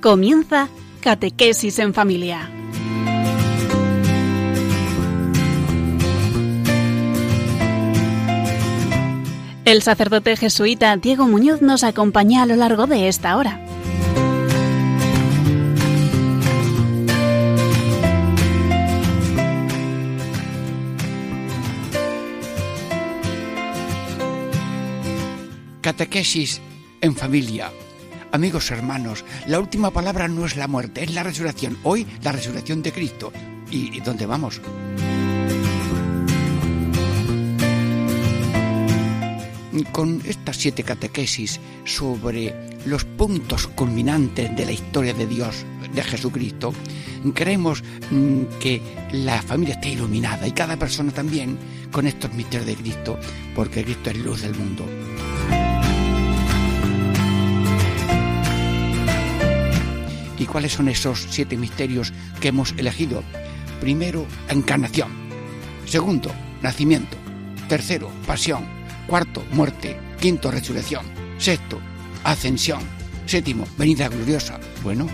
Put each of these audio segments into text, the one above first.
Comienza Catequesis en Familia. El sacerdote jesuita Diego Muñoz nos acompaña a lo largo de esta hora. Catequesis en familia. Amigos hermanos, la última palabra no es la muerte, es la resurrección. Hoy, la resurrección de Cristo. ¿Y dónde vamos? Con estas 7 catequesis sobre los puntos culminantes de la historia de Dios, de Jesucristo, creemos que la familia está iluminada y cada persona también con estos misterios de Cristo, porque Cristo es luz del mundo. ¿Y cuáles son esos 7 misterios que hemos elegido? Primero, encarnación. Segundo, nacimiento. Tercero, pasión. Cuarto, muerte. Quinto, resurrección. Sexto, ascensión. Séptimo, venida gloriosa. Bueno.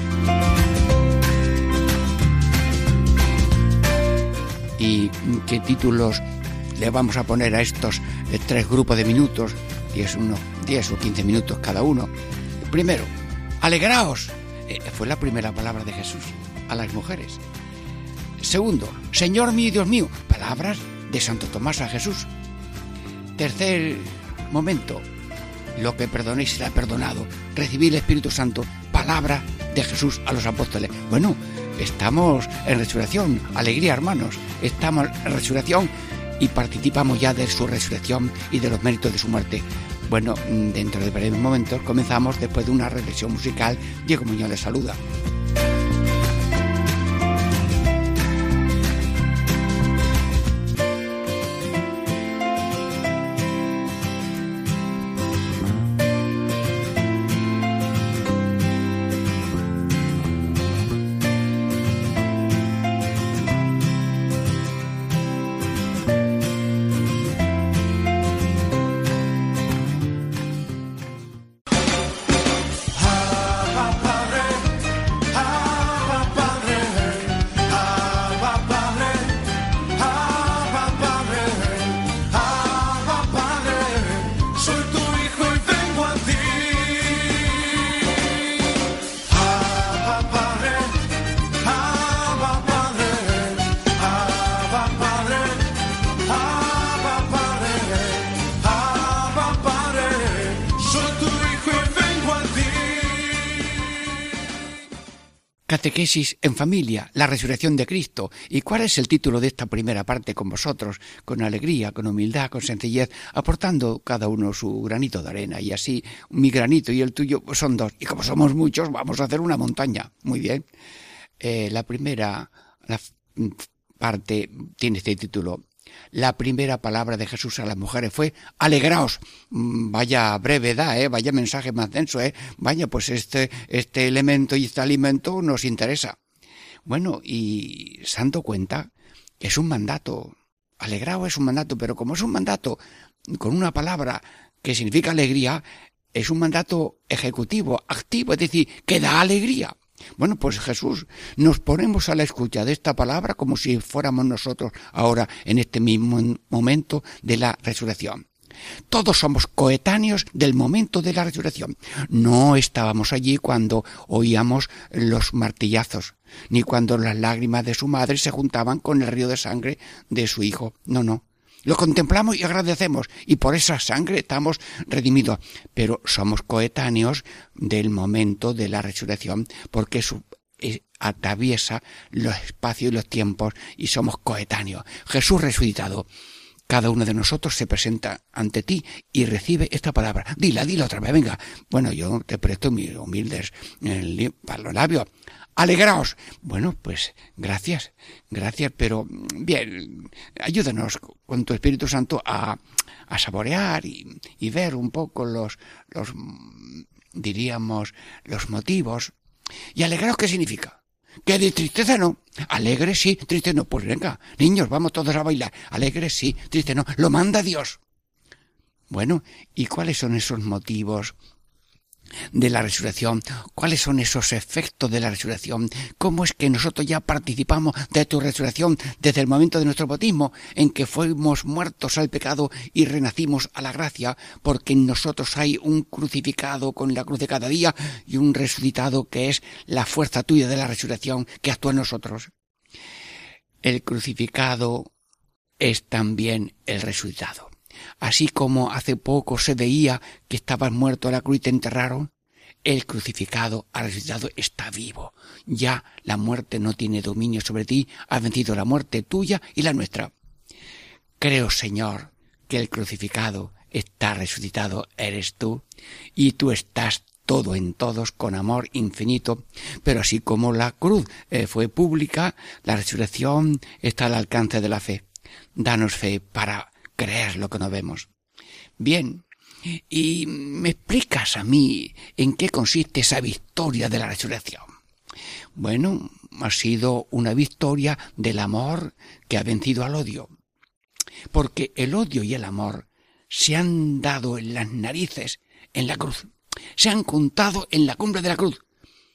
¿Y qué títulos le vamos a poner a estos 3 grupos de minutos? 10 o 15 minutos cada uno. Primero, alegraos. Fue la primera palabra de Jesús a las mujeres. Segundo, Señor mío y Dios mío, palabras de Santo Tomás a Jesús. Tercer momento, lo que perdonéis será perdonado. Recibid el Espíritu Santo, palabra de Jesús a los apóstoles. Bueno, estamos en resurrección, alegría hermanos, estamos en resurrección y participamos ya de su resurrección y de los méritos de su muerte. Bueno, dentro de breves momentos comenzamos después de una reflexión musical. Diego Muñoz les saluda. Catequesis en familia, la resurrección de Cristo. ¿Y cuál es el título de esta primera parte con vosotros? Con alegría, con humildad, con sencillez, aportando cada uno su granito de arena. Y así, mi granito y el tuyo son 2. Y como somos muchos, vamos a hacer una montaña. Muy bien. La primera parte tiene este título. La primera palabra de Jesús a las mujeres fue alegraos. Vaya brevedad, vaya mensaje más denso, vaya, pues este elemento y este alimento nos interesa. Bueno, y se han dado cuenta que es un mandato. Alegraos es un mandato, pero como es un mandato con una palabra que significa alegría, es un mandato ejecutivo, activo, es decir, que da alegría. Bueno, pues Jesús, nos ponemos a la escucha de esta palabra como si fuéramos nosotros ahora en este mismo momento de la resurrección. Todos somos coetáneos del momento de la resurrección. No estábamos allí cuando oíamos los martillazos, ni cuando las lágrimas de su madre se juntaban con el río de sangre de su hijo. No. Lo contemplamos y agradecemos, y por esa sangre estamos redimidos. Pero somos coetáneos del momento de la resurrección, porque atraviesa los espacios y los tiempos, y somos coetáneos. Jesús resucitado. Cada uno de nosotros se presenta ante ti y recibe esta palabra. Dila otra vez, venga. Bueno, yo te presto mis humildes para los labios. Alegraos. Bueno, pues gracias, pero bien, ayúdanos con tu Espíritu Santo a saborear y ver un poco los motivos. ¿Y alegraos qué significa? Que de tristeza no. Alegre sí, triste no. Pues venga, niños, vamos todos a bailar. Alegre sí, triste no. Lo manda Dios. Bueno, ¿y cuáles son esos motivos de la resurrección, cuáles son esos efectos de la resurrección, cómo es que nosotros ya participamos de tu resurrección desde el momento de nuestro bautismo, en que fuimos muertos al pecado y renacimos a la gracia, porque en nosotros hay un crucificado con la cruz de cada día y un resucitado que es la fuerza tuya de la resurrección que actúa en nosotros. El crucificado es también el resucitado. Así como hace poco se veía que estabas muerto a la cruz y te enterraron, el crucificado ha resucitado, está vivo. Ya la muerte no tiene dominio sobre ti, has vencido la muerte tuya y la nuestra. Creo, Señor, que el crucificado está resucitado, eres tú, y tú estás todo en todos con amor infinito, pero así como la cruz fue pública, la resurrección está al alcance de la fe. Danos fe para creer lo que no vemos. Bien, y me explicas a mí en qué consiste esa victoria de la resurrección. Bueno, ha sido una victoria del amor que ha vencido al odio, porque el odio y el amor se han dado en las narices en la cruz, se han juntado en la cumbre de la cruz.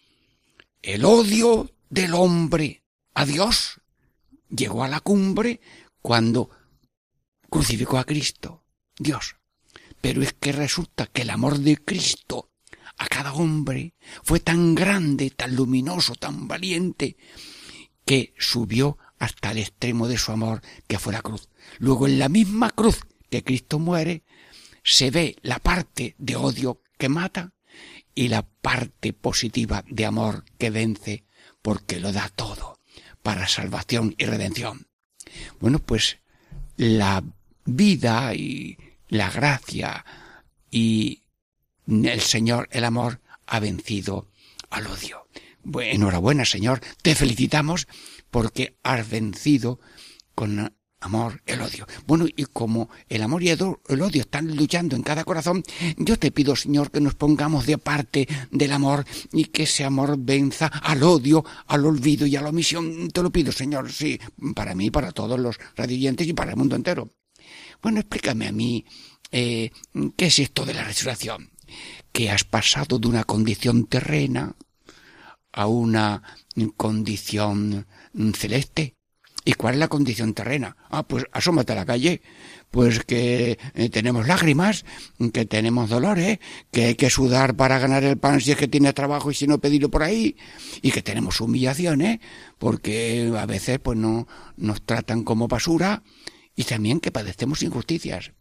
El odio del hombre a Dios llegó a la cumbre cuando crucificó a Cristo, Dios. Pero es que resulta que el amor de Cristo a cada hombre fue tan grande, tan luminoso, tan valiente, que subió hasta el extremo de su amor, que fue la cruz. Luego en la misma cruz que Cristo muere, se ve la parte de odio que mata y la parte positiva de amor que vence, porque lo da todo para salvación y redención. Bueno, pues la vida y la gracia y el Señor, el amor, ha vencido al odio. Bueno, enhorabuena, Señor, te felicitamos porque has vencido con amor el odio. Bueno, y como el amor y el odio están luchando en cada corazón, yo te pido, Señor, que nos pongamos de parte del amor y que ese amor venza al odio, al olvido y a la omisión. Te lo pido, Señor, sí, para mí, para todos los radioyentes y para el mundo entero. Bueno, explícame a mí, ¿qué es esto de la resurrección? Que has pasado de una condición terrena a una condición celeste. ¿Y cuál es la condición terrena? Pues asómate a la calle, pues que tenemos lágrimas, que tenemos dolores, que hay que sudar para ganar el pan si es que tiene trabajo y si no pedirlo por ahí, y que tenemos humillaciones, porque a veces pues no nos tratan como basura, y también que padecemos injusticias.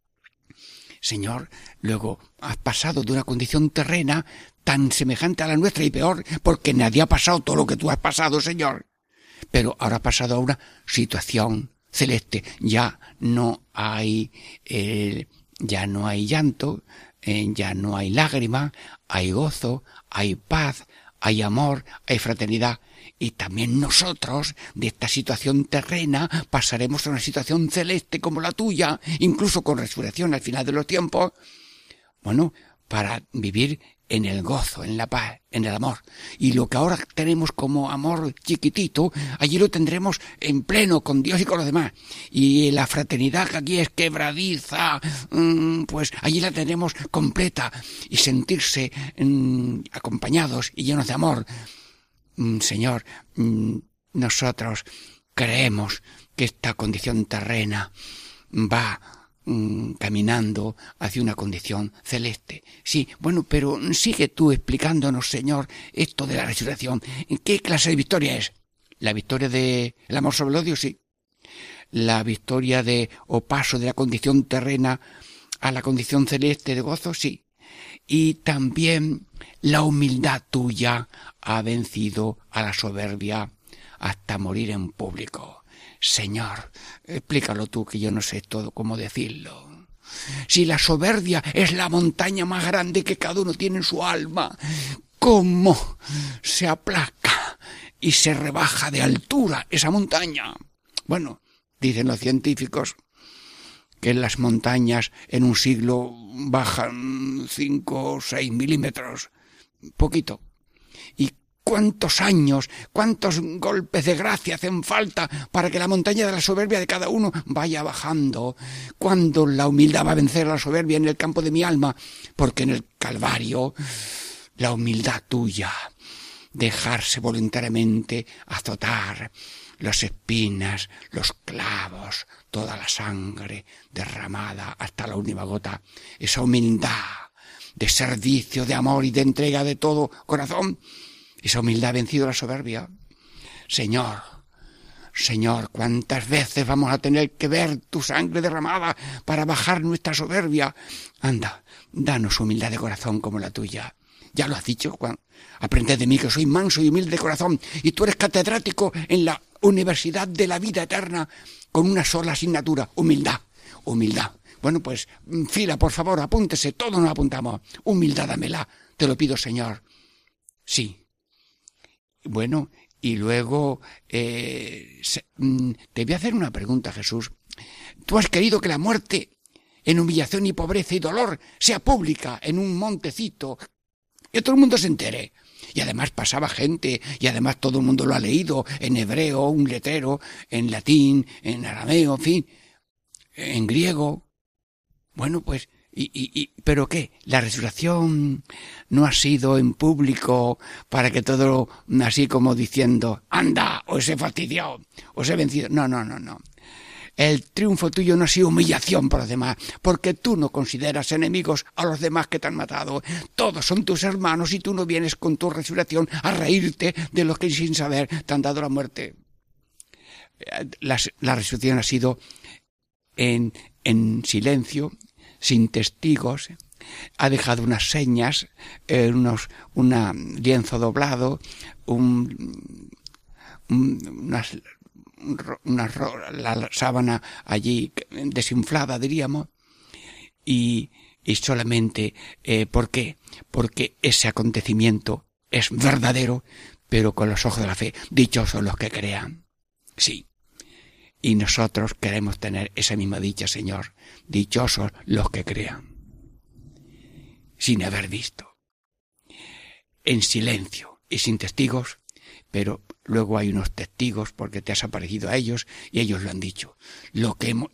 Señor, luego has pasado de una condición terrena tan semejante a la nuestra y peor, porque nadie ha pasado todo lo que tú has pasado, Señor. Pero ahora ha pasado a una situación celeste. Ya no hay llanto, ya no hay lágrima, hay gozo, hay paz, hay amor, hay fraternidad. Y también nosotros, de esta situación terrena, pasaremos a una situación celeste como la tuya, incluso con resurrección al final de los tiempos. Bueno, para vivir en el gozo, en la paz, en el amor. Y lo que ahora tenemos como amor chiquitito, allí lo tendremos en pleno con Dios y con los demás. Y la fraternidad que aquí es quebradiza, pues allí la tenemos completa. Y sentirse acompañados y llenos de amor. Señor, nosotros creemos que esta condición terrena va caminando hacia una condición celeste. Sí, bueno, pero sigue tú explicándonos, Señor, esto de la resurrección. ¿Qué clase de victoria es? ¿La victoria del amor sobre el odio? Sí. ¿La victoria o paso de la condición terrena a la condición celeste de gozo? Sí. Y también la humildad tuya ha vencido a la soberbia hasta morir en público. Señor, explícalo tú, que yo no sé todo cómo decirlo. Si la soberbia es la montaña más grande que cada uno tiene en su alma, ¿cómo se aplaca y se rebaja de altura esa montaña? Bueno, dicen los científicos que las montañas en un siglo bajan 5 o 6 milímetros, poquito. Y ¿Cuántos años, cuántos golpes de gracia hacen falta para que la montaña de la soberbia de cada uno vaya bajando? ¿Cuándo la humildad va a vencer a la soberbia en el campo de mi alma? Porque en el Calvario, la humildad tuya, dejarse voluntariamente azotar, las espinas, los clavos, toda la sangre derramada hasta la última gota, esa humildad de servicio, de amor y de entrega de todo corazón, esa humildad ha vencido la soberbia. Señor, ¿cuántas veces vamos a tener que ver tu sangre derramada para bajar nuestra soberbia? Anda, danos humildad de corazón como la tuya. Ya lo has dicho, Juan. Aprended de mí que soy manso y humilde de corazón, y tú eres catedrático en la Universidad de la Vida Eterna con una sola asignatura: humildad. Bueno, pues, fila, por favor, apúntese, todos nos apuntamos. Humildad, dámela, te lo pido, Señor. Sí. Bueno, y luego te voy a hacer una pregunta, Jesús. ¿Tú has querido que la muerte en humillación y pobreza y dolor sea pública en un montecito, que todo el mundo se entere? Y además pasaba gente, y además todo el mundo lo ha leído en hebreo, un letrero, en latín, en arameo, en fin, en griego. Bueno, pues, ¿pero qué? ¿La resurrección no ha sido en público para que todo, así como diciendo, anda, os he fastidiado, os he vencido? No. El triunfo tuyo no ha sido humillación por los demás, porque tú no consideras enemigos a los demás que te han matado. Todos son tus hermanos y tú no vienes con tu resurrección a reírte de los que sin saber te han dado la muerte. La resurrección ha sido en silencio, sin testigos, ha dejado unas señas, un lienzo doblado, la sábana allí desinflada, diríamos, y solamente, ¿por qué? Porque ese acontecimiento es verdadero, pero con los ojos de la fe. Dichosos los que crean. Sí. Y nosotros queremos tener esa misma dicha, Señor. Dichosos los que crean, sin haber visto, en silencio y sin testigos, pero luego hay unos testigos porque te has aparecido a ellos y ellos lo han dicho. Los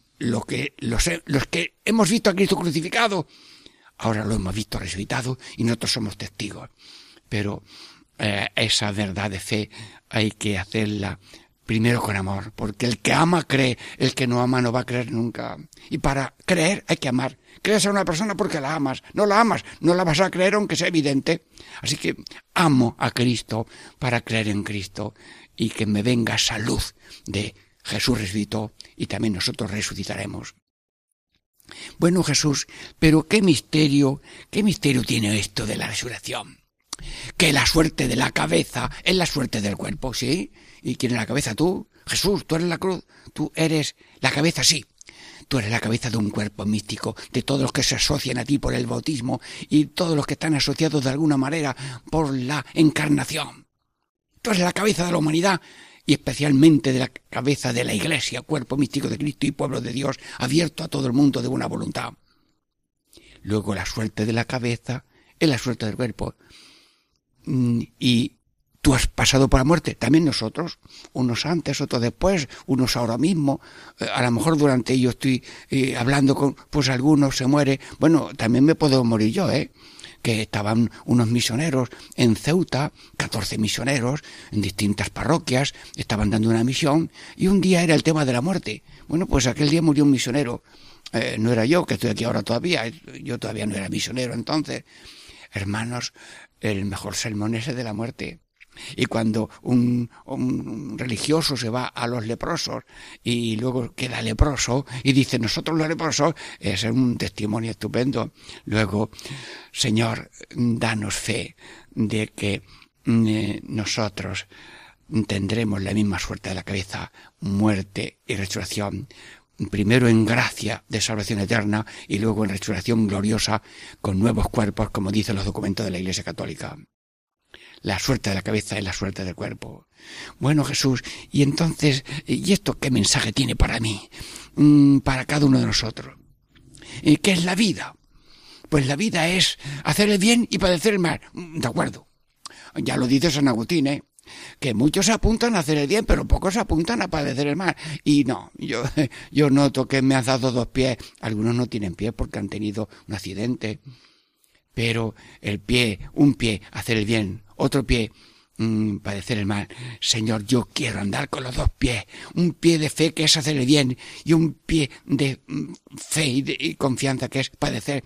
que hemos visto a Cristo crucificado, ahora lo hemos visto resucitado y nosotros somos testigos. Pero esa verdad de fe hay que hacerla primero con amor, porque el que ama cree, el que no ama no va a creer nunca. Y para creer hay que amar. Crees a una persona porque la amas, no la vas a creer aunque sea evidente. Así que amo a Cristo para creer en Cristo y que me venga esa luz de Jesús resucitó y también nosotros resucitaremos. Bueno, Jesús, pero ¿qué misterio tiene esto de la resurrección? Que la suerte de la cabeza es la suerte del cuerpo, ¿sí? ¿Y quién es la cabeza? Tú, Jesús, tú eres la cruz, tú eres la cabeza, sí. Tú eres la cabeza de un cuerpo místico, de todos los que se asocian a ti por el bautismo y todos los que están asociados de alguna manera por la encarnación. Tú eres la cabeza de la humanidad y especialmente de la cabeza de la Iglesia, cuerpo místico de Cristo y pueblo de Dios, abierto a todo el mundo de buena voluntad. Luego la suerte de la cabeza es la suerte del cuerpo. Y tú has pasado por la muerte, también nosotros, unos antes, otros después, unos ahora mismo, a lo mejor durante yo estoy hablando con, pues algunos se muere, bueno, también me puedo morir yo, que estaban unos misioneros en Ceuta, 14 misioneros en distintas parroquias, estaban dando una misión y un día era el tema de la muerte. Bueno, pues aquel día murió un misionero, no era yo, que estoy aquí ahora todavía, yo todavía no era misionero entonces. Hermanos, el mejor sermón es el de la muerte. Y cuando un religioso se va a los leprosos y luego queda leproso y dice nosotros los leprosos, es un testimonio estupendo. Luego, Señor, danos fe de que nosotros tendremos la misma suerte de la cabeza, muerte y resurrección. Primero en gracia de salvación eterna y luego en resurrección gloriosa con nuevos cuerpos, como dicen los documentos de la Iglesia Católica. La suerte de la cabeza es la suerte del cuerpo. Bueno, Jesús, y entonces, ¿y esto qué mensaje tiene para mí? Para cada uno de nosotros. ¿Qué es la vida? Pues la vida es hacer el bien y padecer el mal. De acuerdo. Ya lo dice San Agustín, que muchos se apuntan a hacer el bien, pero pocos se apuntan a padecer el mal. Y no, yo noto que me has dado 2 pies. Algunos no tienen pies porque han tenido un accidente. Pero un pie, hacer el bien, otro pie, padecer el mal. Señor, yo quiero andar con los 2 pies. Un pie de fe, que es hacer el bien, y un pie de fe y confianza, que es padecer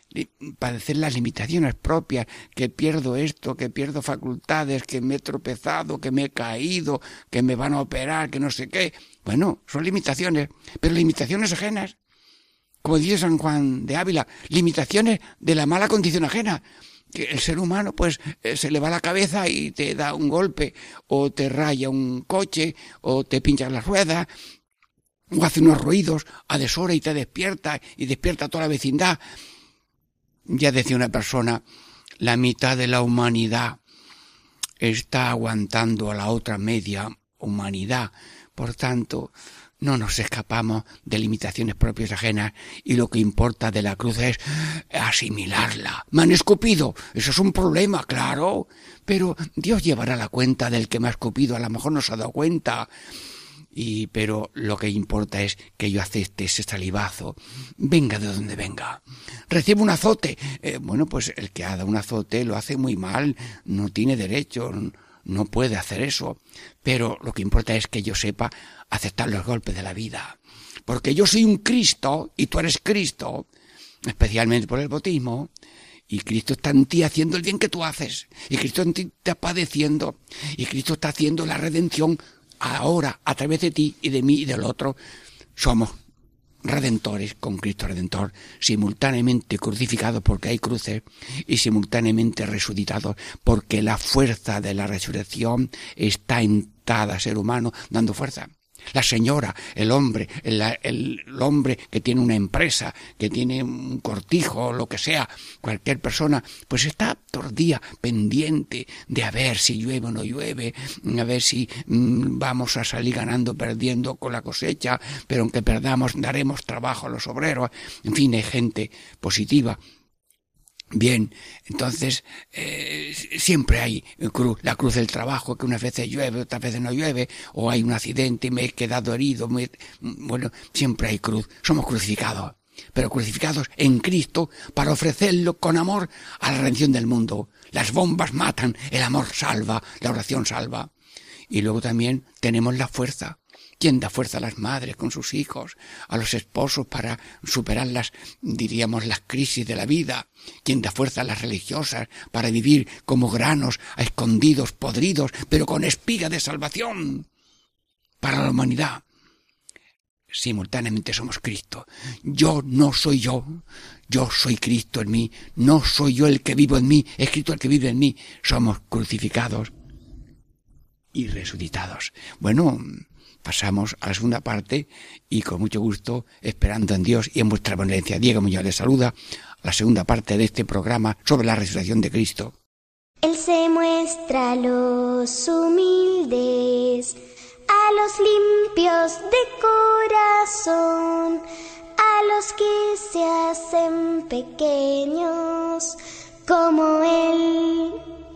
las limitaciones propias, que pierdo esto, que pierdo facultades, que me he tropezado, que me he caído, que me van a operar, que no sé qué. Bueno, son limitaciones, pero limitaciones ajenas. Como dice San Juan de Ávila, limitaciones de la mala condición ajena. Que el ser humano, pues, se le va la cabeza y te da un golpe, o te raya un coche, o te pincha las ruedas, o hace unos ruidos a deshora y te despierta, y despierta a toda la vecindad. Ya decía una persona, la mitad de la humanidad está aguantando a la otra media humanidad. Por tanto, no nos escapamos de limitaciones propias ajenas, y lo que importa de la cruz es asimilarla. Me han escupido, eso es un problema, claro, pero Dios llevará la cuenta del que me ha escupido, a lo mejor no se ha dado cuenta. Pero lo que importa es que yo acepte ese salivazo, venga de donde venga. Recibo un azote. Bueno, pues el que ha dado un azote lo hace muy mal, no tiene derecho, no puede hacer eso. Pero lo que importa es que yo sepa aceptar los golpes de la vida. Porque yo soy un Cristo y tú eres Cristo, especialmente por el bautismo. Y Cristo está en ti haciendo el bien que tú haces. Y Cristo en ti está padeciendo. Y Cristo está haciendo la redención ahora, a través de ti y de mí y del otro. Somos redentores con Cristo Redentor, simultáneamente crucificados porque hay cruces, y simultáneamente resucitados porque la fuerza de la resurrección está en cada ser humano dando fuerza. La señora, el hombre, el hombre que tiene una empresa, que tiene un cortijo, lo que sea, cualquier persona, pues está todo el día pendiente de a ver si llueve o no llueve, a ver si vamos a salir ganando, perdiendo con la cosecha, pero aunque perdamos daremos trabajo a los obreros. En fin, hay gente positiva. Bien, entonces siempre hay la cruz del trabajo, que unas veces llueve, otras veces no llueve, o hay un accidente y me he quedado herido. Bueno, siempre hay cruz. Somos crucificados, pero crucificados en Cristo para ofrecerlo con amor a la redención del mundo. Las bombas matan, el amor salva, la oración salva. Y luego también tenemos la fuerza. ¿Quién da fuerza a las madres con sus hijos, a los esposos para superar las crisis de la vida? ¿Quién da fuerza a las religiosas para vivir como granos escondidos, podridos, pero con espiga de salvación para la humanidad? Simultáneamente somos Cristo. Yo no soy yo soy Cristo en mí. No soy yo el que vivo en mí, es Cristo el que vive en mí. Somos crucificados y resucitados. Bueno, pasamos a la segunda parte y con mucho gusto, esperando en Dios y en vuestra benevolencia. Diego Muñoz les saluda a la segunda parte de este programa sobre la resurrección de Cristo. Él se muestra a los humildes, a los limpios de corazón, a los que se hacen pequeños como Él.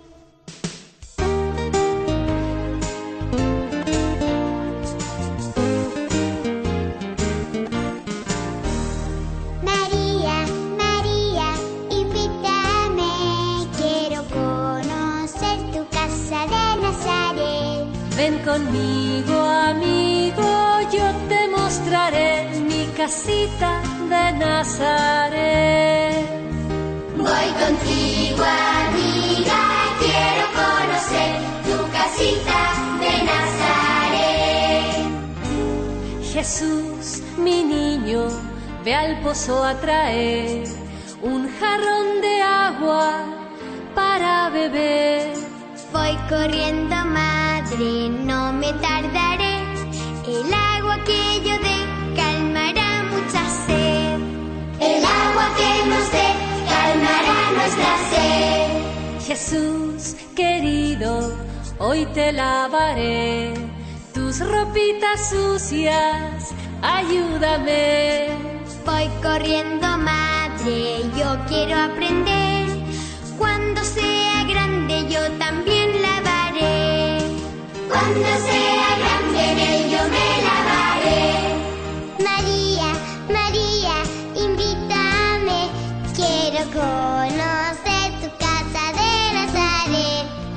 Ven conmigo, amigo, yo te mostraré mi casita de Nazaret. Voy contigo, amiga, quiero conocer tu casita de Nazaret. Jesús, mi niño, ve al pozo a traer un jarrón de agua para beber. Voy corriendo, madre, no me tardaré. El agua que yo dé calmará mucha sed. El agua que nos dé calmará nuestra sed. Jesús, querido, hoy te lavaré tus ropitas sucias, ayúdame. Voy corriendo, madre, yo quiero aprender. Cuando sea grande yo también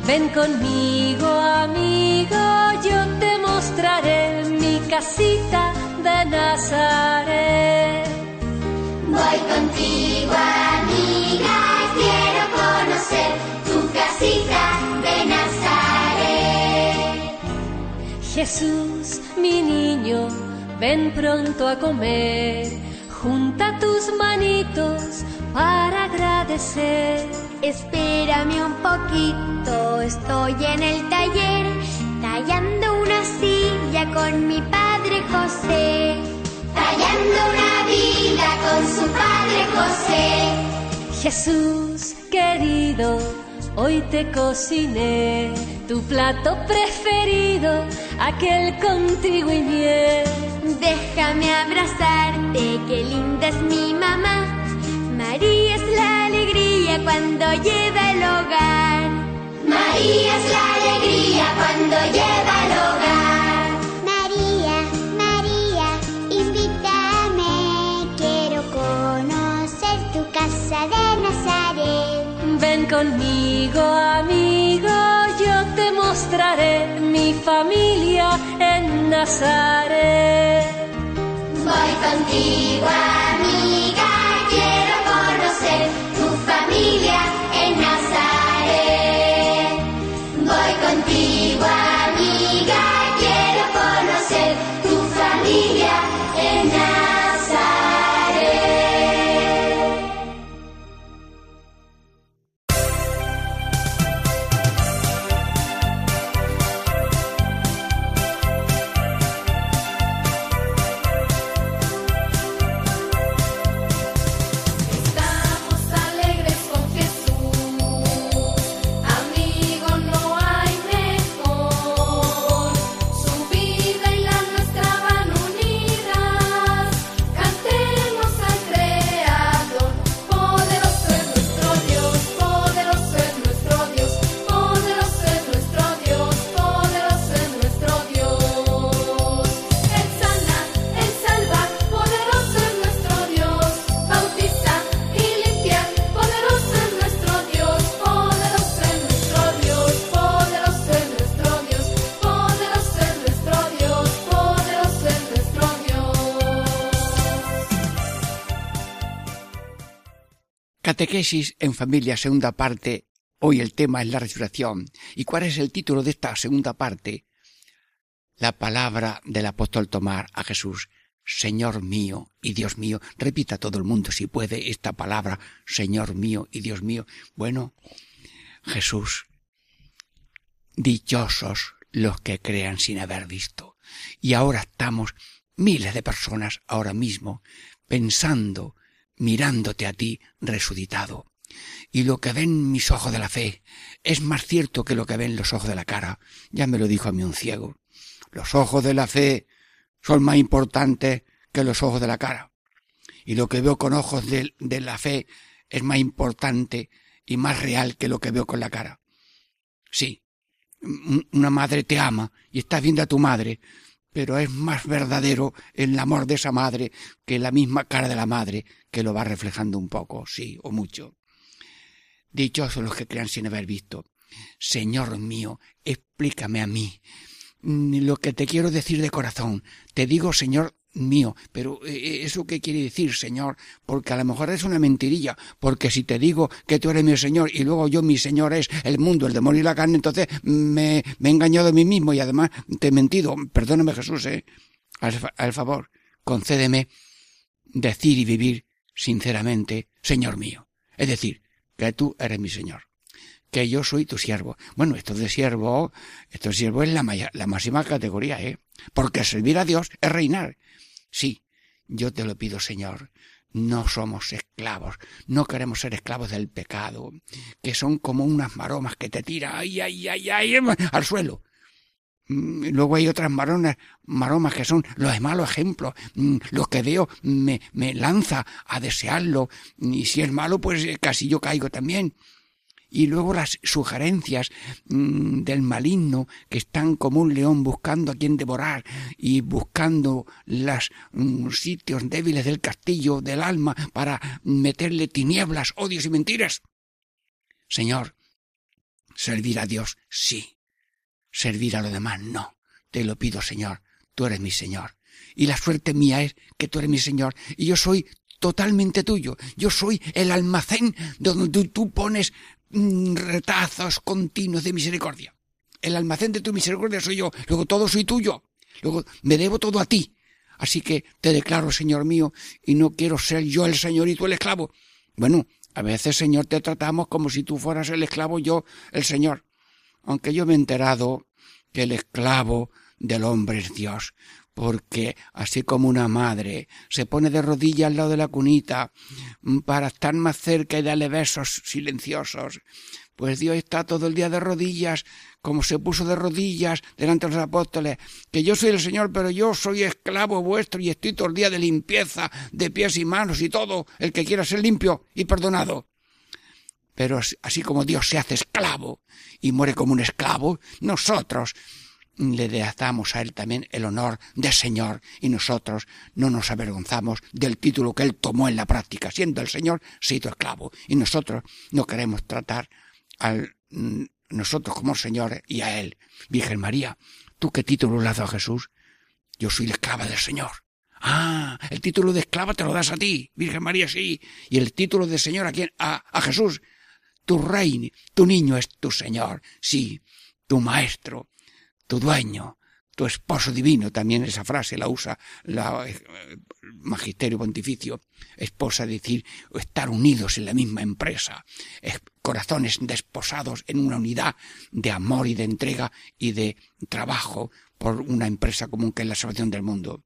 Ven conmigo, amigo, yo te mostraré mi casita de Nazaret. Voy contigo, amiga, quiero conocer tu casita de Nazaret. Jesús, mi niño, ven pronto a comer. Junta tus manitos para agradecer. Espérame un poquito, estoy en el taller, tallando una silla con mi padre José. Tallando una vida con su padre José. Jesús, querido, hoy te cociné tu plato preferido, aquel con trigo y miel. Déjame abrazarte, qué linda es mi mamá. María es la alegría cuando lleva el hogar. María es la alegría cuando lleva el hogar. María, María, invítame, quiero conocer tu casa de Nazaret. Ven conmigo, amigo, yo te mostraré mi familia en Nazaret. Voy contigo, amiga, quiero conocer tu familia en Nazaret. Voy contigo, amiga, quiero conocer tu familia en Nazaret. Catequesis en familia, segunda parte. Hoy el tema es la resurrección. ¿Y cuál es el título de esta segunda parte? La palabra del apóstol Tomás a Jesús. Señor mío y Dios mío. Repita todo el mundo si puede esta palabra. Señor mío y Dios mío. Bueno, Jesús, dichosos los que crean sin haber visto. Y ahora estamos miles de personas ahora mismo pensando, mirándote a ti resucitado. Y lo que ven mis ojos de la fe es más cierto que lo que ven los ojos de la cara. Ya me lo dijo a mí un ciego. Los ojos de la fe son más importantes que los ojos de la cara. Y lo que veo con ojos de la fe es más importante y más real que lo que veo con la cara. Sí, una madre te ama y estás viendo a tu madre, pero es más verdadero el amor de esa madre que la misma cara de la madre, que lo va reflejando un poco, sí, o mucho. Dichosos los que crean sin haber visto. Señor mío, explícame a mí lo que te quiero decir de corazón. Te digo, Señor mío, pero ¿eso qué quiere decir, Señor? Porque a lo mejor es una mentirilla, porque si te digo que tú eres mi Señor y luego yo mi Señor es el mundo, el demonio y la carne, entonces me he engañado a mí mismo y además te he mentido. Perdóname, Jesús, al favor, concédeme decir y vivir sinceramente, Señor mío. Es decir, que tú eres mi Señor, que yo soy tu siervo. Bueno, esto de siervo es la máxima categoría, porque servir a Dios es reinar. Sí, yo te lo pido, Señor, no somos esclavos, no queremos ser esclavos del pecado, que son como unas maromas que te tiran al suelo. Luego hay otras maromas que son los malos ejemplos. Lo que veo me lanza a desearlo, y si es malo, pues casi yo caigo también. Y luego las sugerencias del maligno, que están como un león buscando a quien devorar y buscando los sitios débiles del castillo del alma para meterle tinieblas, odios y mentiras. Señor, Servir a Dios, sí. Servir a los demás, no. Te lo pido, Señor. Tú eres mi Señor. Y la suerte mía es que tú eres mi Señor. Y yo soy totalmente tuyo. Yo soy el almacén donde tú pones retazos continuos de misericordia. El almacén de tu misericordia soy yo. Luego todo soy tuyo. Luego me debo todo a ti. Así que te declaro, Señor mío, y no quiero ser yo el Señor y tú el esclavo. Bueno, a veces, Señor, te tratamos como si tú fueras el esclavo, yo el Señor. Aunque yo me he enterado que el esclavo del hombre es Dios, porque así como una madre se pone de rodillas al lado de la cunita para estar más cerca y darle besos silenciosos, pues Dios está todo el día de rodillas, como se puso de rodillas delante de los apóstoles, que yo soy el Señor, pero yo soy esclavo vuestro y estoy todo el día de limpieza de pies y manos y todo, el que quiera ser limpio y perdonado. Pero así como Dios se hace esclavo y muere como un esclavo, nosotros le damos a Él también el honor de Señor y nosotros no nos avergonzamos del título que Él tomó en la práctica. Siendo el Señor, se hizo esclavo y nosotros no queremos tratar a nosotros como Señor y a Él. Virgen María, ¿tú qué título le has dado a Jesús? Yo soy la esclava del Señor. Ah, el título de esclava te lo das a ti, Virgen María, sí. Y el título de Señor, ¿a quién? A Jesús. Tu rey, tu niño es tu Señor, sí, tu maestro, tu dueño, tu esposo divino, también esa frase la usa la Magisterio Pontificio, esposa, decir, estar unidos en la misma empresa, corazones desposados en una unidad de amor y de entrega y de trabajo por una empresa común que es la salvación del mundo.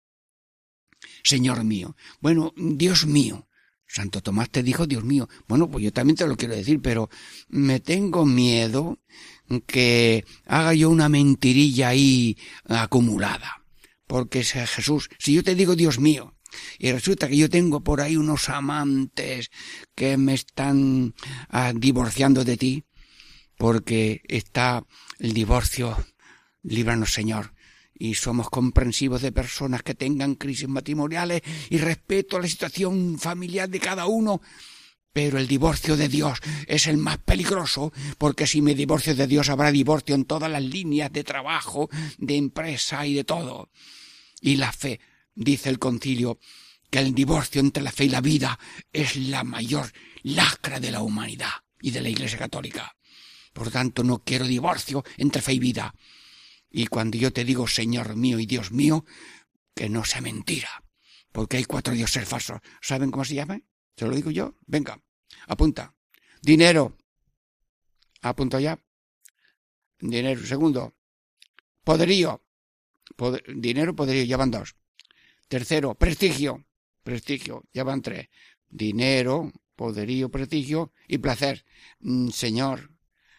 Señor mío, bueno, Dios mío, Santo Tomás te dijo, Dios mío. Bueno, pues yo también te lo quiero decir, pero me tengo miedo que haga yo una mentirilla ahí acumulada. Porque Jesús, si yo te digo Dios mío, y resulta que yo tengo por ahí unos amantes que me están divorciando de ti, porque está el divorcio, líbranos, Señor. Y somos comprensivos de personas que tengan crisis matrimoniales y respeto a la situación familiar de cada uno. Pero el divorcio de Dios es el más peligroso, porque si me divorcio de Dios habrá divorcio en todas las líneas de trabajo, de empresa y de todo. Y la fe, dice el concilio, que el divorcio entre la fe y la vida es la mayor lacra de la humanidad y de la Iglesia Católica. Por tanto, no quiero divorcio entre fe y vida. Y cuando yo te digo Señor mío y Dios mío, que no sea mentira, porque hay 4 dioses falsos. ¿Saben cómo se llaman? ¿Se lo digo yo? Venga, apunta. Dinero. Apunto ya. Dinero. Segundo. Poderío. Dinero, poderío, ya van 2. Tercero, prestigio. Prestigio, ya van 3. Dinero, poderío, prestigio y placer. Señor.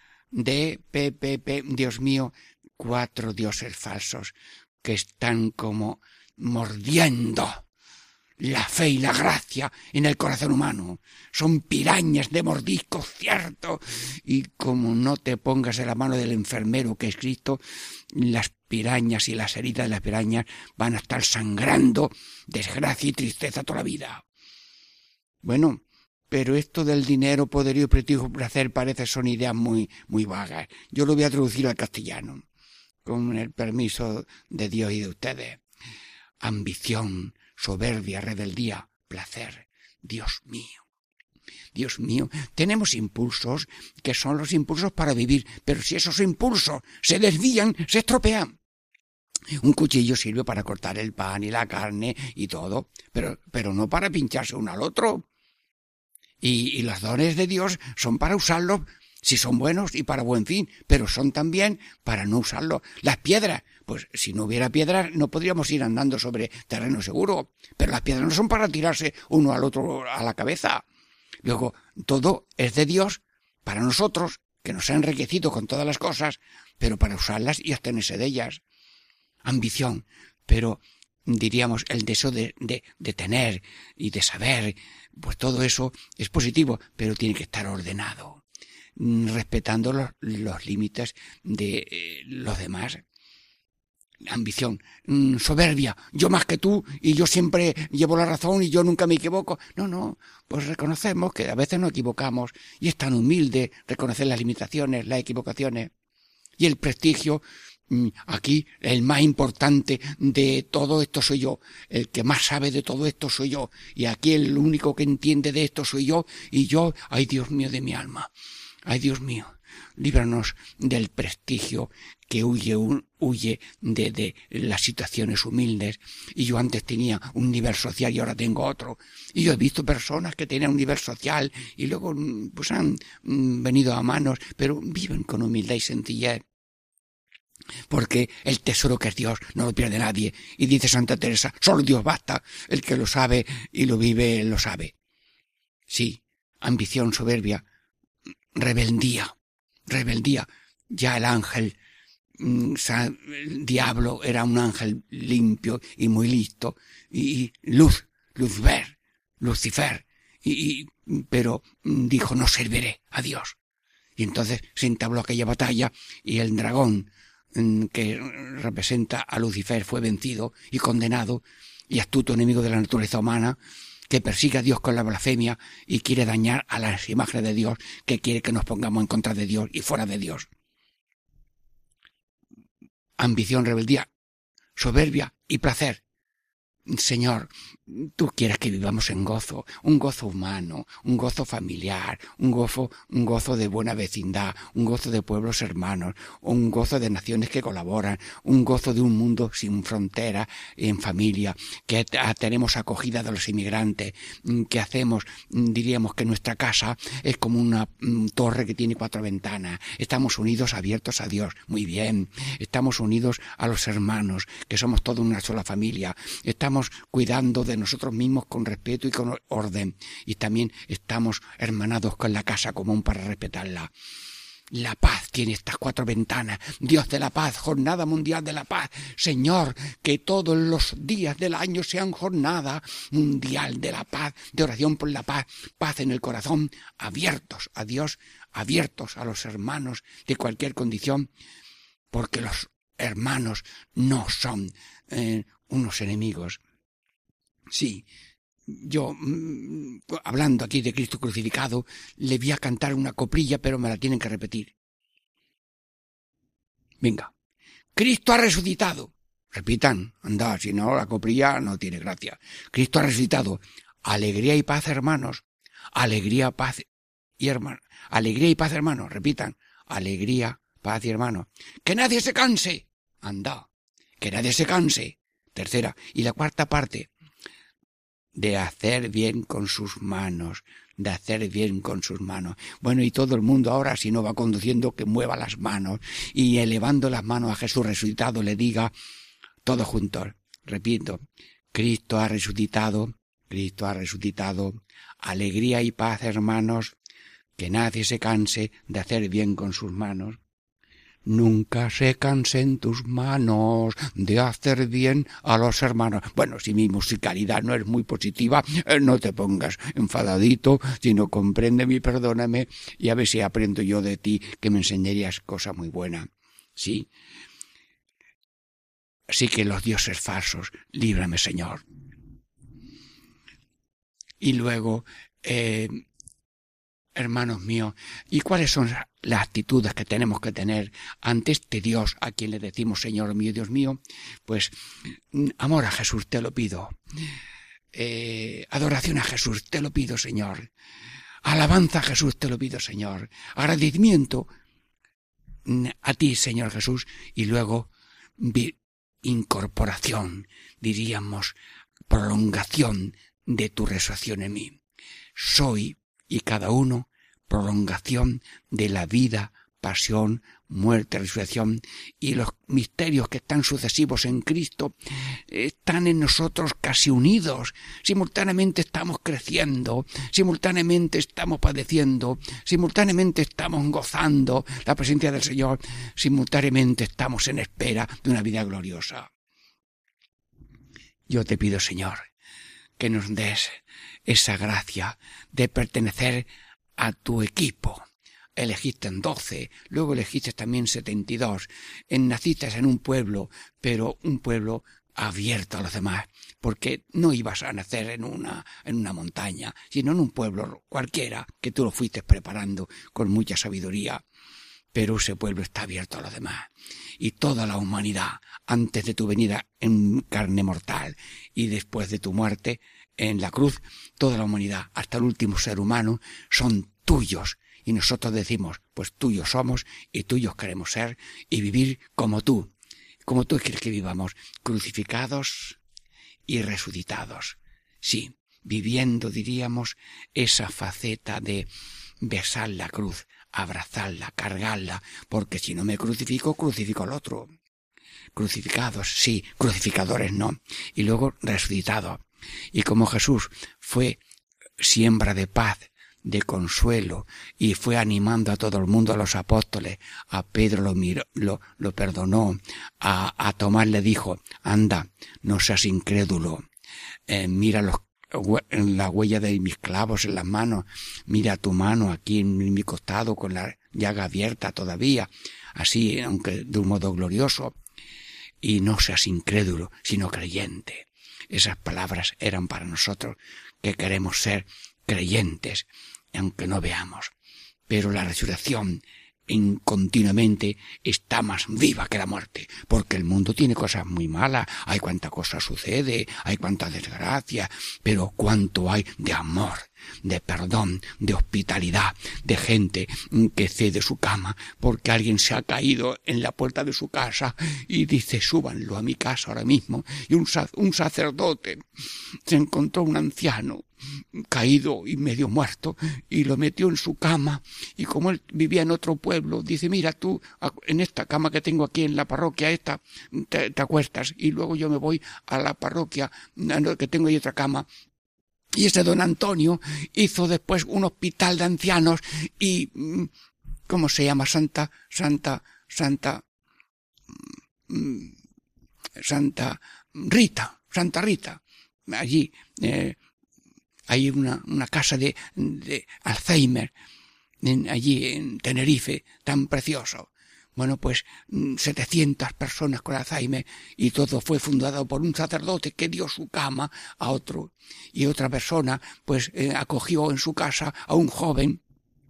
Dios mío. 4 dioses falsos que están como mordiendo la fe y la gracia en el corazón humano. Son pirañas de mordisco, cierto, y como no te pongas en la mano del enfermero que es Cristo, las pirañas y las heridas de las pirañas van a estar sangrando desgracia y tristeza toda la vida. Bueno, pero esto del dinero, poderío, prestigio, placer parece son ideas muy vagas. Yo lo voy a traducir al castellano, con el permiso de Dios y de ustedes. Ambición, soberbia, rebeldía, placer. Dios mío. Dios mío, tenemos impulsos que son los impulsos para vivir, pero si esos impulsos se desvían, se estropean. Un cuchillo sirve para cortar el pan y la carne y todo, pero no para pincharse uno al otro. Y los dones de Dios son para usarlos si son buenos y para buen fin, pero son también para no usarlo. Las piedras, pues si no hubiera piedras no podríamos ir andando sobre terreno seguro, pero las piedras no son para tirarse uno al otro a la cabeza. Luego, todo es de Dios para nosotros, que nos ha enriquecido con todas las cosas, pero para usarlas y abstenerse de ellas. Ambición, pero diríamos el deseo de tener y de saber, pues todo eso es positivo, pero tiene que estar ordenado, respetando los límites de los demás. ambición, soberbia, yo más que tú y yo siempre llevo la razón y yo nunca me equivoco. No, pues reconocemos que a veces nos equivocamos y es tan humilde reconocer las limitaciones, las equivocaciones y el prestigio. Aquí el más importante de todo esto soy yo, el que más sabe de todo esto soy yo, y aquí el único que entiende de esto soy yo, y yo, ay Dios mío de mi alma, ay Dios mío, líbranos del prestigio que huye de las situaciones humildes. Y yo antes tenía un nivel social y ahora tengo otro. Y yo he visto personas que tenían un nivel social y luego pues han venido a manos, pero viven con humildad y sencillez. Porque el tesoro que es Dios no lo pierde nadie. Y dice Santa Teresa, solo Dios basta, el que lo sabe y lo vive lo sabe. Sí, ambición, soberbia, rebeldía. Ya el ángel, el diablo era un ángel limpio y muy listo, y Lucifer, pero dijo no serviré a Dios. Y entonces se entabló aquella batalla y el dragón que representa a Lucifer fue vencido y condenado, y astuto enemigo de la naturaleza humana, que persigue a Dios con la blasfemia y quiere dañar a las imágenes de Dios, que quiere que nos pongamos en contra de Dios y fuera de Dios. Ambición, rebeldía, soberbia y placer. Señor, tú quieres que vivamos en gozo, un gozo humano, un gozo familiar, un gozo de buena vecindad, un gozo de pueblos hermanos, un gozo de naciones que colaboran, un gozo de un mundo sin fronteras, en familia, que tenemos acogida de los inmigrantes, que hacemos, diríamos que nuestra casa es como una torre que tiene 4 ventanas, estamos unidos, abiertos a Dios, muy bien, estamos unidos a los hermanos, que somos toda una sola familia, estamos cuidando de nosotros mismos con respeto y con orden, y también estamos hermanados con la casa común para respetarla. La paz tiene estas 4 ventanas. Dios de la paz, jornada mundial de la paz. Señor, que todos los días del año sean jornada mundial de la paz, de oración por la paz, paz en el corazón, abiertos a Dios, abiertos a los hermanos de cualquier condición, porque los hermanos no son unos enemigos. Sí, yo, hablando aquí de Cristo crucificado, le voy a cantar una coplilla, pero me la tienen que repetir. Venga. Cristo ha resucitado. Repitan, anda, si no, la coplilla no tiene gracia. Cristo ha resucitado. Alegría y paz, hermanos. Alegría, paz y hermanos. Alegría y paz, hermanos. Repitan. Alegría, paz y hermanos. Que nadie se canse. Anda. Que nadie se canse. Tercera. Y la cuarta parte. De hacer bien con sus manos, de hacer bien con sus manos. Bueno, y todo el mundo ahora, si no va conduciendo, que mueva las manos y elevando las manos a Jesús resucitado le diga, todos juntos, repito, Cristo ha resucitado, alegría y paz, hermanos, que nadie se canse de hacer bien con sus manos. Nunca se cansen tus manos de hacer bien a los hermanos. Bueno, si mi musicalidad no es muy positiva, no te pongas enfadadito, sino compréndeme y perdóname, y a ver si aprendo yo de ti, que me enseñarías cosa muy buena. Sí. Así que los dioses falsos, líbrame, Señor. Y luego, hermanos míos, ¿y cuáles son las actitudes que tenemos que tener ante este Dios a quien le decimos Señor mío, Dios mío? Pues amor a Jesús, te lo pido. Adoración a Jesús, te lo pido, Señor. Alabanza a Jesús, te lo pido, Señor. Agradecimiento a ti, Señor Jesús. Y luego incorporación, diríamos, prolongación de tu resurrección en mí. Soy, y cada uno, prolongación de la vida, pasión, muerte, resurrección, y los misterios que están sucesivos en Cristo están en nosotros casi unidos. Simultáneamente estamos creciendo, simultáneamente estamos padeciendo, simultáneamente estamos gozando la presencia del Señor, simultáneamente estamos en espera de una vida gloriosa. Yo te pido, Señor, que nos des esa gracia de pertenecer a tu equipo, elegiste 12, luego elegiste también 72, naciste en un pueblo, pero un pueblo abierto a los demás, porque no ibas a nacer en una montaña, sino en un pueblo cualquiera que tú lo fuiste preparando con mucha sabiduría. Pero ese pueblo está abierto a los demás. Y toda la humanidad, antes de tu venida en carne mortal y después de tu muerte en la cruz, toda la humanidad, hasta el último ser humano, son tuyos. Y nosotros decimos, pues tuyos somos y tuyos queremos ser y vivir como tú. Como tú quieres que vivamos, crucificados y resucitados. Sí, viviendo, diríamos, esa faceta de besar la cruz, abrazarla, cargarla, porque si no me crucifico, crucifico al otro. Crucificados, sí, crucificadores no, y luego resucitados. Y como Jesús fue siembra de paz, de consuelo, y fue animando a todo el mundo, a los apóstoles, a Pedro lo perdonó, a Tomás le dijo, anda, no seas incrédulo, mira la huella de mis clavos en las manos, mira tu mano aquí en mi costado con la llaga abierta todavía, así, aunque de un modo glorioso, y no seas incrédulo, sino creyente. Esas palabras eran para nosotros que queremos ser creyentes, aunque no veamos. Pero la resurrección continuamente está más viva que la muerte, porque el mundo tiene cosas muy malas, hay cuánta cosa sucede, hay cuánta desgracia, pero cuánto hay de amor, de perdón, de hospitalidad, de gente que cede su cama porque alguien se ha caído en la puerta de su casa y dice, súbanlo a mi casa ahora mismo. Y un sacerdote se encontró un anciano caído y medio muerto y lo metió en su cama, y como él vivía en otro pueblo, dice, mira tú, en esta cama que tengo aquí en la parroquia esta, te acuestas, y luego yo me voy a la parroquia que tengo ahí otra cama. Y ese don Antonio hizo después un hospital de ancianos y, ¿cómo se llama? Santa Rita. Allí, hay una casa de Alzheimer, allí en Tenerife, tan precioso. Bueno, pues 700 personas con Alzheimer, y todo fue fundado por un sacerdote que dio su cama a otro, y otra persona pues acogió en su casa a un joven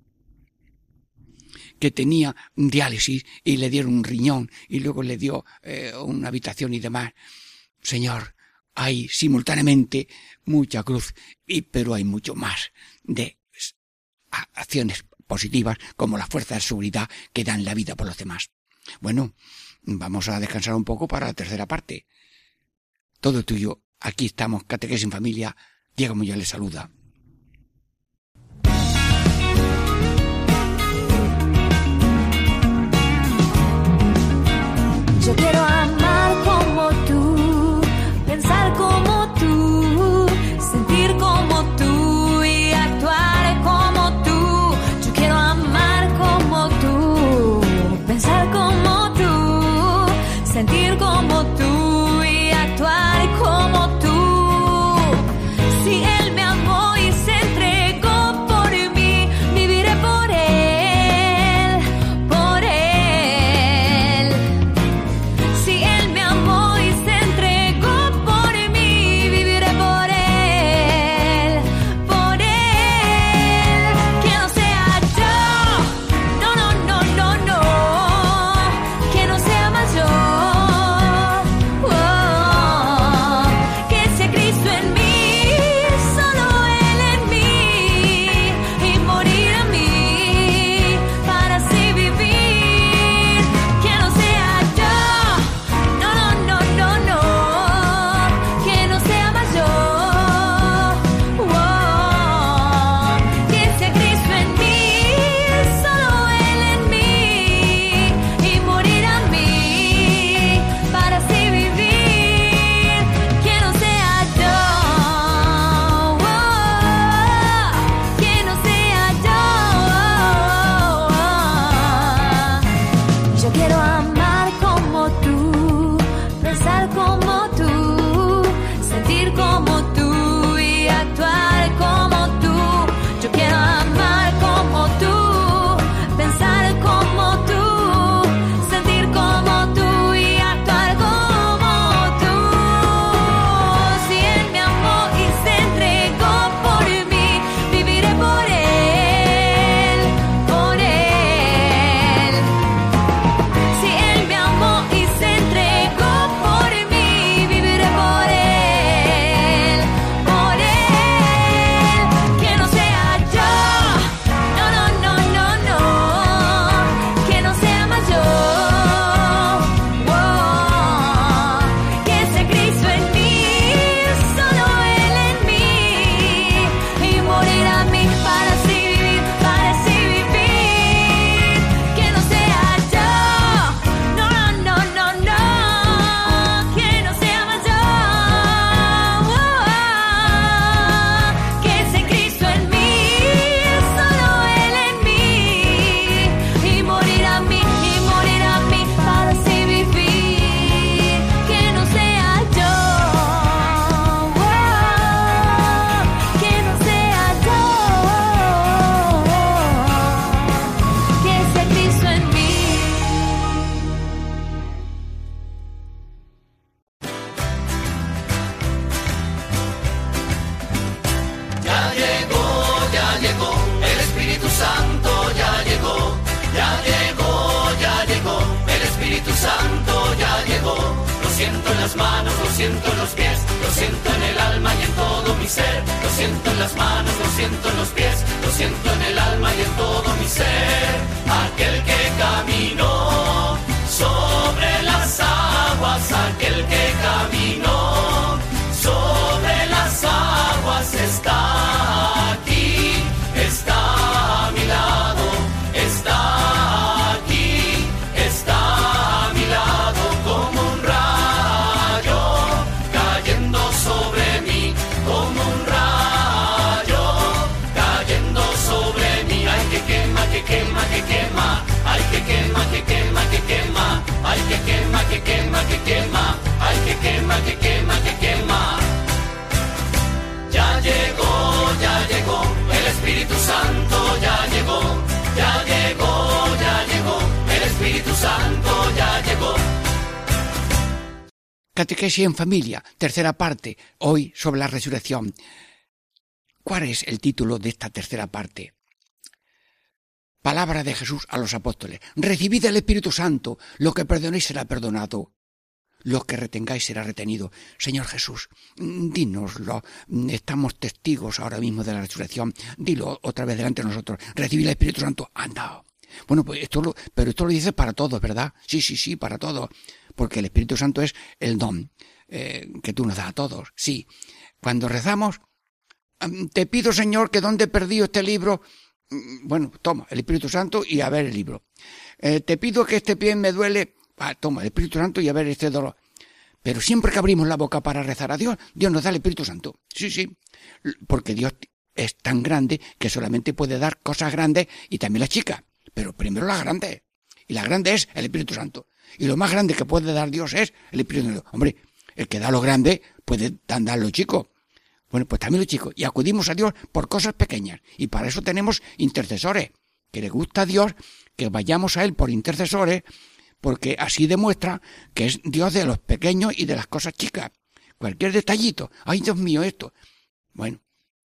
que tenía diálisis y le dieron un riñón y luego le dio una habitación y demás. Señor, hay simultáneamente mucha cruz, pero hay mucho más de acciones positivas como las fuerzas de seguridad que dan la vida por los demás. Bueno, vamos a descansar un poco para la tercera parte. Todo tuyo. Aquí estamos, Catequesis en Familia. Diego Muñoz les saluda. Yo quiero amar como tú, pensar como tú, sentir como tú y actuar como tú. Yo quiero amar como tú, pensar como tú, sentir como tú y actuar como tú. Si Él me amó las manos, lo siento en los pies, lo siento en el alma y en todo mi ser. Lo siento en las manos, lo siento en los pies, lo siento en el alma y en todo mi ser. Aquel que caminó sobre las aguas, aquel que caminó sobre las aguas está aquí, está a mi lado, está aquí, está a mi lado como un rayo cayendo sobre mí, como un rayo cayendo sobre mí. Ay, que quema, que quema, que quema, ay, que quema, que quema, que quema, ay, que quema, que quema, que quema, ay, que quema, que quema, que quema. Ya llegó, el Espíritu Santo ya llegó, ya llegó, ya llegó, el Espíritu Santo ya llegó. Catequesis en familia, tercera parte, hoy sobre la resurrección. ¿Cuál es el título de esta tercera parte? Palabra de Jesús a los apóstoles. Recibid el Espíritu Santo, lo que perdonéis será perdonado. Lo que retengáis será retenido. Señor Jesús, dínoslo. Estamos testigos ahora mismo de la resurrección. Dilo otra vez delante de nosotros. Recibid el Espíritu Santo. Anda. Bueno, pues esto lo dice para todos, ¿verdad? Sí, para todos. Porque el Espíritu Santo es el don que tú nos das a todos. Sí. Cuando rezamos, te pido, Señor, que donde he perdido este libro, bueno, toma el Espíritu Santo y a ver el libro. Te pido que este pie me duele. Toma el Espíritu Santo y a ver este dolor. Pero siempre que abrimos la boca para rezar a Dios, Dios nos da el Espíritu Santo. Sí, porque Dios es tan grande que solamente puede dar cosas grandes y también las chicas. Pero primero las grandes. Y la grande es el Espíritu Santo. Y lo más grande que puede dar Dios es el Espíritu Santo. Hombre, el que da lo grande puede dar lo chico. Bueno, pues también lo chico. Y acudimos a Dios por cosas pequeñas. Y para eso tenemos intercesores. Que le gusta a Dios que vayamos a Él por intercesores, porque así demuestra que es Dios de los pequeños y de las cosas chicas. Cualquier detallito. ¡Ay, Dios mío, esto! Bueno,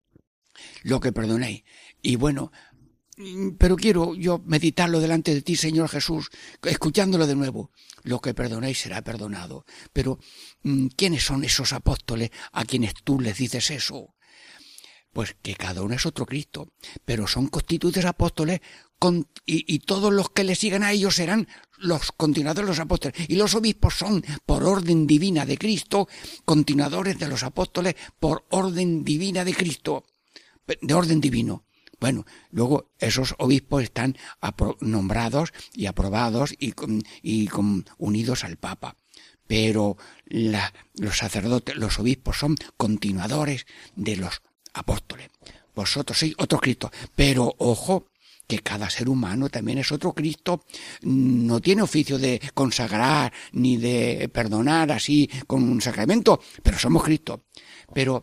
lo que perdonéis. Y bueno, pero quiero yo meditarlo delante de ti, Señor Jesús, escuchándolo de nuevo. Lo que perdonéis será perdonado. Pero, ¿quiénes son esos apóstoles a quienes tú les dices eso? Pues que cada uno es otro Cristo, pero son constituidos apóstoles y todos los que le sigan a ellos serán los continuadores de los apóstoles. Y los obispos son, por orden divina de Cristo, continuadores de los apóstoles por orden divina de Cristo, de orden divino. Bueno, luego esos obispos están nombrados y aprobados y unidos al Papa. Pero los sacerdotes, los obispos son continuadores de los apóstoles. Vosotros sois otro Cristo, pero ojo, que cada ser humano también es otro Cristo. No tiene oficio de consagrar ni de perdonar así con un sacramento, pero somos Cristo. Pero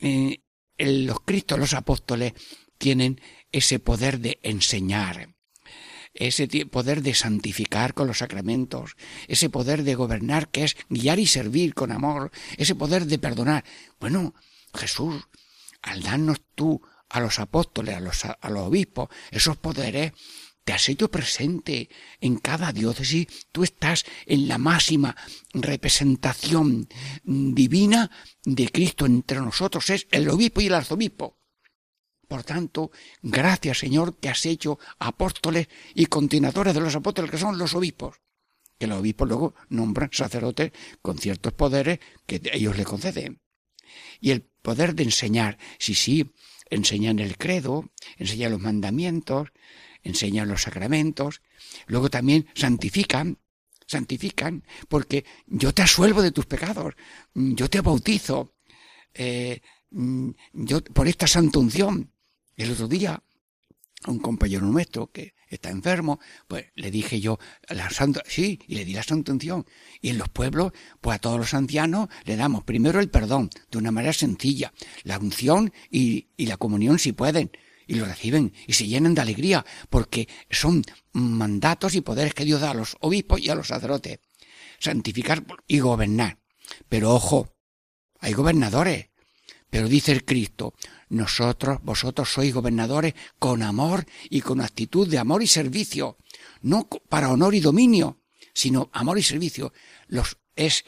los Cristos, los apóstoles, tienen ese poder de enseñar, ese poder de santificar con los sacramentos, ese poder de gobernar que es guiar y servir con amor, ese poder de perdonar. Bueno, Jesús, al darnos tú a los apóstoles, a los obispos, esos poderes, te has hecho presente en cada diócesis. Tú estás en la máxima representación divina de Cristo entre nosotros, es el obispo y el arzobispo. Por tanto, gracias, Señor, que has hecho apóstoles y continuadores de los apóstoles, que son los obispos. Que los obispos luego nombran sacerdotes con ciertos poderes que ellos le conceden. Y el poder de enseñar, sí, enseñan el credo, enseñan los mandamientos, enseñan los sacramentos, luego también santifican, porque yo te asuelvo de tus pecados, yo te bautizo, yo por esta santa unción. El otro día, a un compañero nuestro que está enfermo, pues le dije yo, y le di la santa unción. Y en los pueblos, pues a todos los ancianos le damos primero el perdón, de una manera sencilla, la unción y la comunión si pueden, y lo reciben y se llenan de alegría, porque son mandatos y poderes que Dios da a los obispos y a los sacerdotes. Santificar y gobernar. Pero ojo, hay gobernadores. Pero dice el Cristo, vosotros sois gobernadores con amor y con actitud de amor y servicio, no para honor y dominio, sino amor y servicio. Es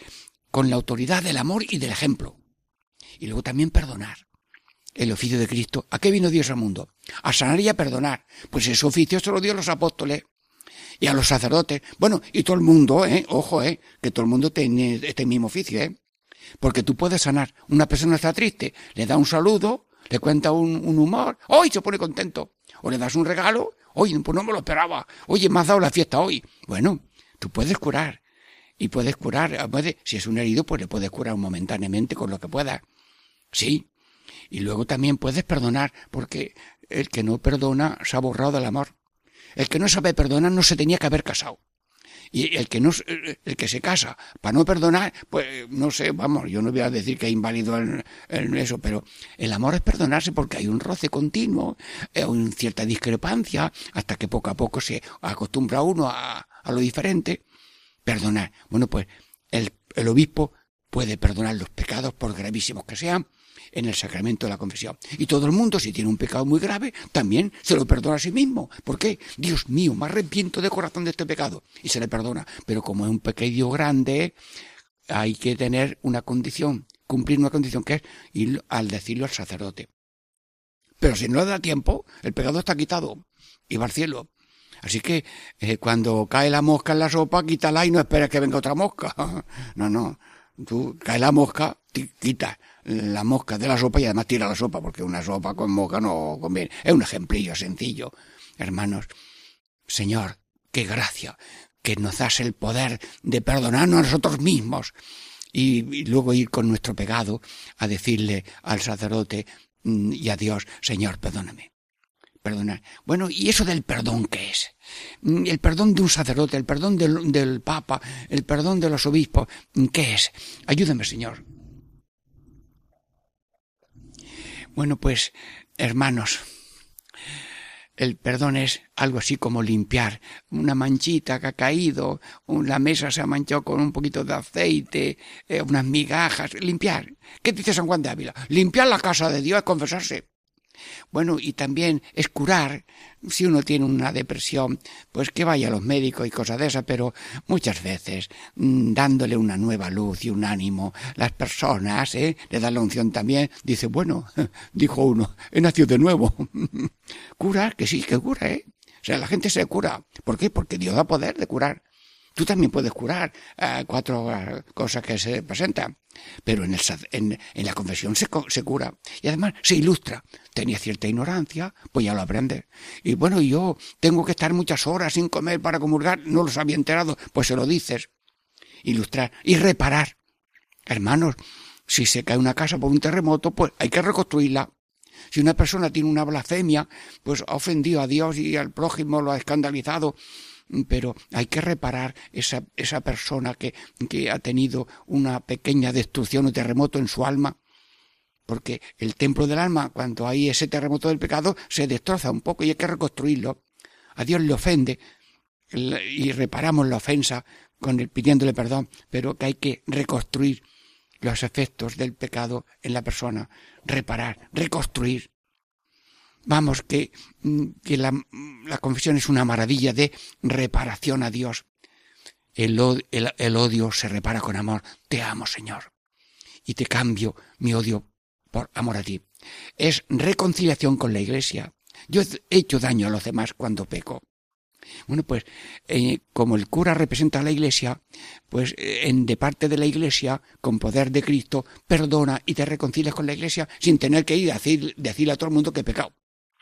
con la autoridad del amor y del ejemplo. Y luego también perdonar. El oficio de Cristo. ¿A qué vino Dios al mundo? A sanar y a perdonar. Pues ese oficio se lo dio a los apóstoles y a los sacerdotes. Bueno, y todo el mundo, ojo, que todo el mundo tiene este mismo oficio, porque tú puedes sanar. Una persona está triste, le da un saludo, le cuenta un humor, ¡hoy! Se pone contento. O le das un regalo, ¡oye! Pues no me lo esperaba. Oye, me has dado la fiesta hoy. Bueno, tú puedes curar. Y puedes curar, si es un herido, pues le puedes curar momentáneamente con lo que puedas. Sí. Y luego también puedes perdonar, porque el que no perdona se ha borrado del amor. El que no sabe perdonar no se tenía que haber casado. Y el que se casa para no perdonar, pues no sé, vamos, yo no voy a decir que es inválido en eso, pero el amor es perdonarse porque hay un roce continuo, una cierta discrepancia, hasta que poco a poco se acostumbra uno a lo diferente. Perdonar. Bueno, pues el obispo puede perdonar los pecados, por gravísimos que sean, en el sacramento de la confesión. Y todo el mundo, si tiene un pecado muy grave, también se lo perdona a sí mismo. ¿Por qué? Dios mío, me arrepiento de corazón de este pecado. Y se le perdona. Pero como es un pecado grande, hay que tener una condición, cumplir una condición, que es ir al decirlo al sacerdote. Pero si no le da tiempo, el pecado está quitado y va al cielo. Así que cuando cae la mosca en la sopa, quítala y no esperes que venga otra mosca. No. Tú cae la mosca, quitas la mosca de la sopa y además tira la sopa, porque una sopa con mosca no conviene. Es un ejemplillo sencillo. Hermanos, Señor, qué gracia, que nos das el poder de perdonarnos a nosotros mismos y luego ir con nuestro pecado a decirle al sacerdote y a Dios, Señor, perdóname. Perdonar. Bueno, ¿y eso del perdón qué es? El perdón de un sacerdote, el perdón del Papa, el perdón de los obispos, ¿qué es? Ayúdame, Señor. Bueno, pues, hermanos, el perdón es algo así como limpiar una manchita que ha caído, la mesa se ha manchado con un poquito de aceite, unas migajas, limpiar. ¿Qué dice San Juan de Ávila? Limpiar la casa de Dios es confesarse. Bueno, y también es curar. Si uno tiene una depresión, pues que vaya a los médicos y cosas de esas, pero muchas veces dándole una nueva luz y un ánimo, las personas, le dan la unción también, dice, bueno, dijo uno, he nacido de nuevo. Cura, que sí, que cura, O sea, la gente se cura. ¿Por qué? Porque Dios da poder de curar. Tú también puedes curar 4 cosas que se presentan, pero en la confesión se cura y además se ilustra. Tenía cierta ignorancia, pues ya lo aprendes. Y bueno, yo tengo que estar muchas horas sin comer para comulgar, no los había enterado, pues se lo dices. Ilustrar y reparar. Hermanos, si se cae una casa por un terremoto, pues hay que reconstruirla. Si una persona tiene una blasfemia, pues ha ofendido a Dios y al prójimo, lo ha escandalizado, pero hay que reparar esa persona que ha tenido una pequeña destrucción o terremoto en su alma, porque el templo del alma, cuando hay ese terremoto del pecado, se destroza un poco y hay que reconstruirlo. A Dios le ofende y reparamos la ofensa pidiéndole perdón, pero que hay que reconstruir los efectos del pecado en la persona, reparar, reconstruir. Vamos, que la confesión es una maravilla de reparación a Dios. El odio se repara con amor. Te amo, Señor, y te cambio mi odio por amor a ti. Es reconciliación con la Iglesia. Yo he hecho daño a los demás cuando peco. Bueno, pues como el cura representa a la Iglesia, pues de parte de la Iglesia, con poder de Cristo, perdona y te reconcilias con la Iglesia sin tener que ir a decirle a todo el mundo que he pecado.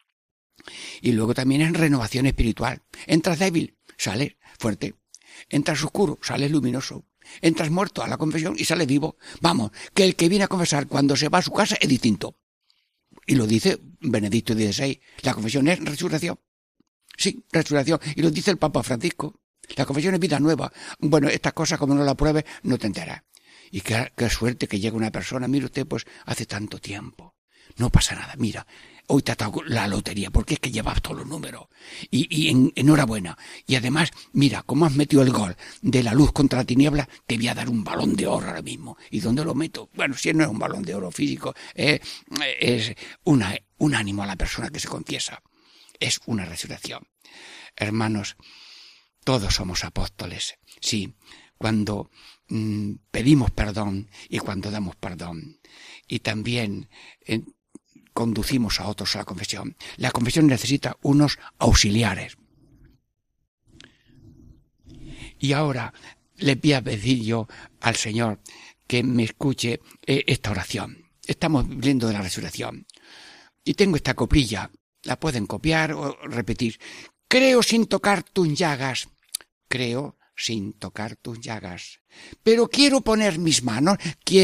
Y luego también es renovación espiritual. Entras débil, sales fuerte. Entras oscuro, sales luminoso. Entras muerto a la confesión y sales vivo. Vamos, que el que viene a confesar cuando se va a su casa es distinto. Y lo dice Benedicto XVI. La confesión es resurrección. Sí, resurrección. Y lo dice el Papa Francisco. La confesión es vida nueva. Bueno, estas cosas como no la pruebes, no te enteras. Y qué suerte que llega una persona. Mire usted, pues hace tanto tiempo. No pasa nada, mira. Hoy te ha dado la lotería, porque es que llevas todos los números. Y enhorabuena. Y además, mira, como has metido el gol de la luz contra la tiniebla, te voy a dar un balón de oro ahora mismo. ¿Y dónde lo meto? Bueno, si no es un balón de oro físico, es un ánimo a la persona que se confiesa. Es una resurrección. Hermanos, todos somos apóstoles. Sí, cuando pedimos perdón y cuando damos perdón. Y también conducimos a otros a la confesión. La confesión necesita unos auxiliares. Y ahora le voy a pedir yo al Señor que me escuche esta oración. Estamos viendo de la resurrección. Y tengo esta coplilla. La pueden copiar o repetir. Creo sin tocar tus llagas. Creo sin tocar tus llagas. Pero quiero poner mis manos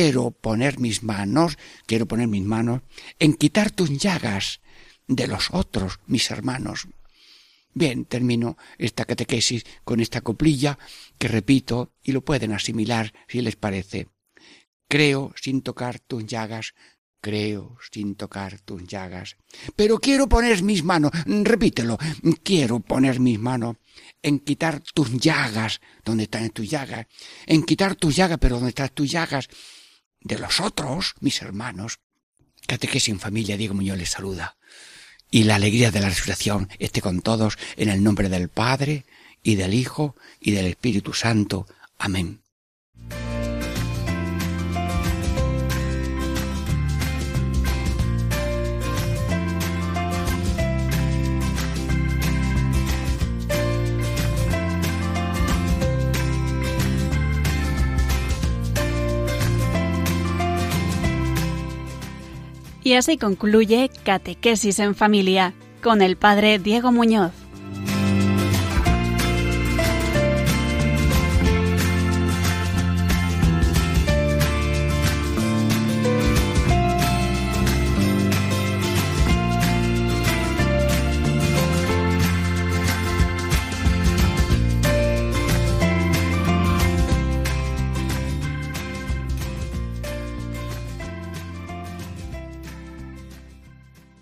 en quitar tus llagas de los otros, mis hermanos. Bien, termino esta catequesis con esta coplilla que repito y lo pueden asimilar si les parece. Creo sin tocar tus llagas. Creo sin tocar tus llagas. Pero quiero poner mis manos, repítelo, quiero poner mis manos en quitar tus llagas, ¿dónde están tus llagas? En quitar tus llagas, pero ¿dónde están tus llagas? De los otros, mis hermanos. Catequesis en familia, Diego Muñoz les saluda. Y la alegría de la resurrección esté con todos en el nombre del Padre, y del Hijo, y del Espíritu Santo. Amén. Y así concluye Catequesis en Familia con el Padre Diego Muñoz.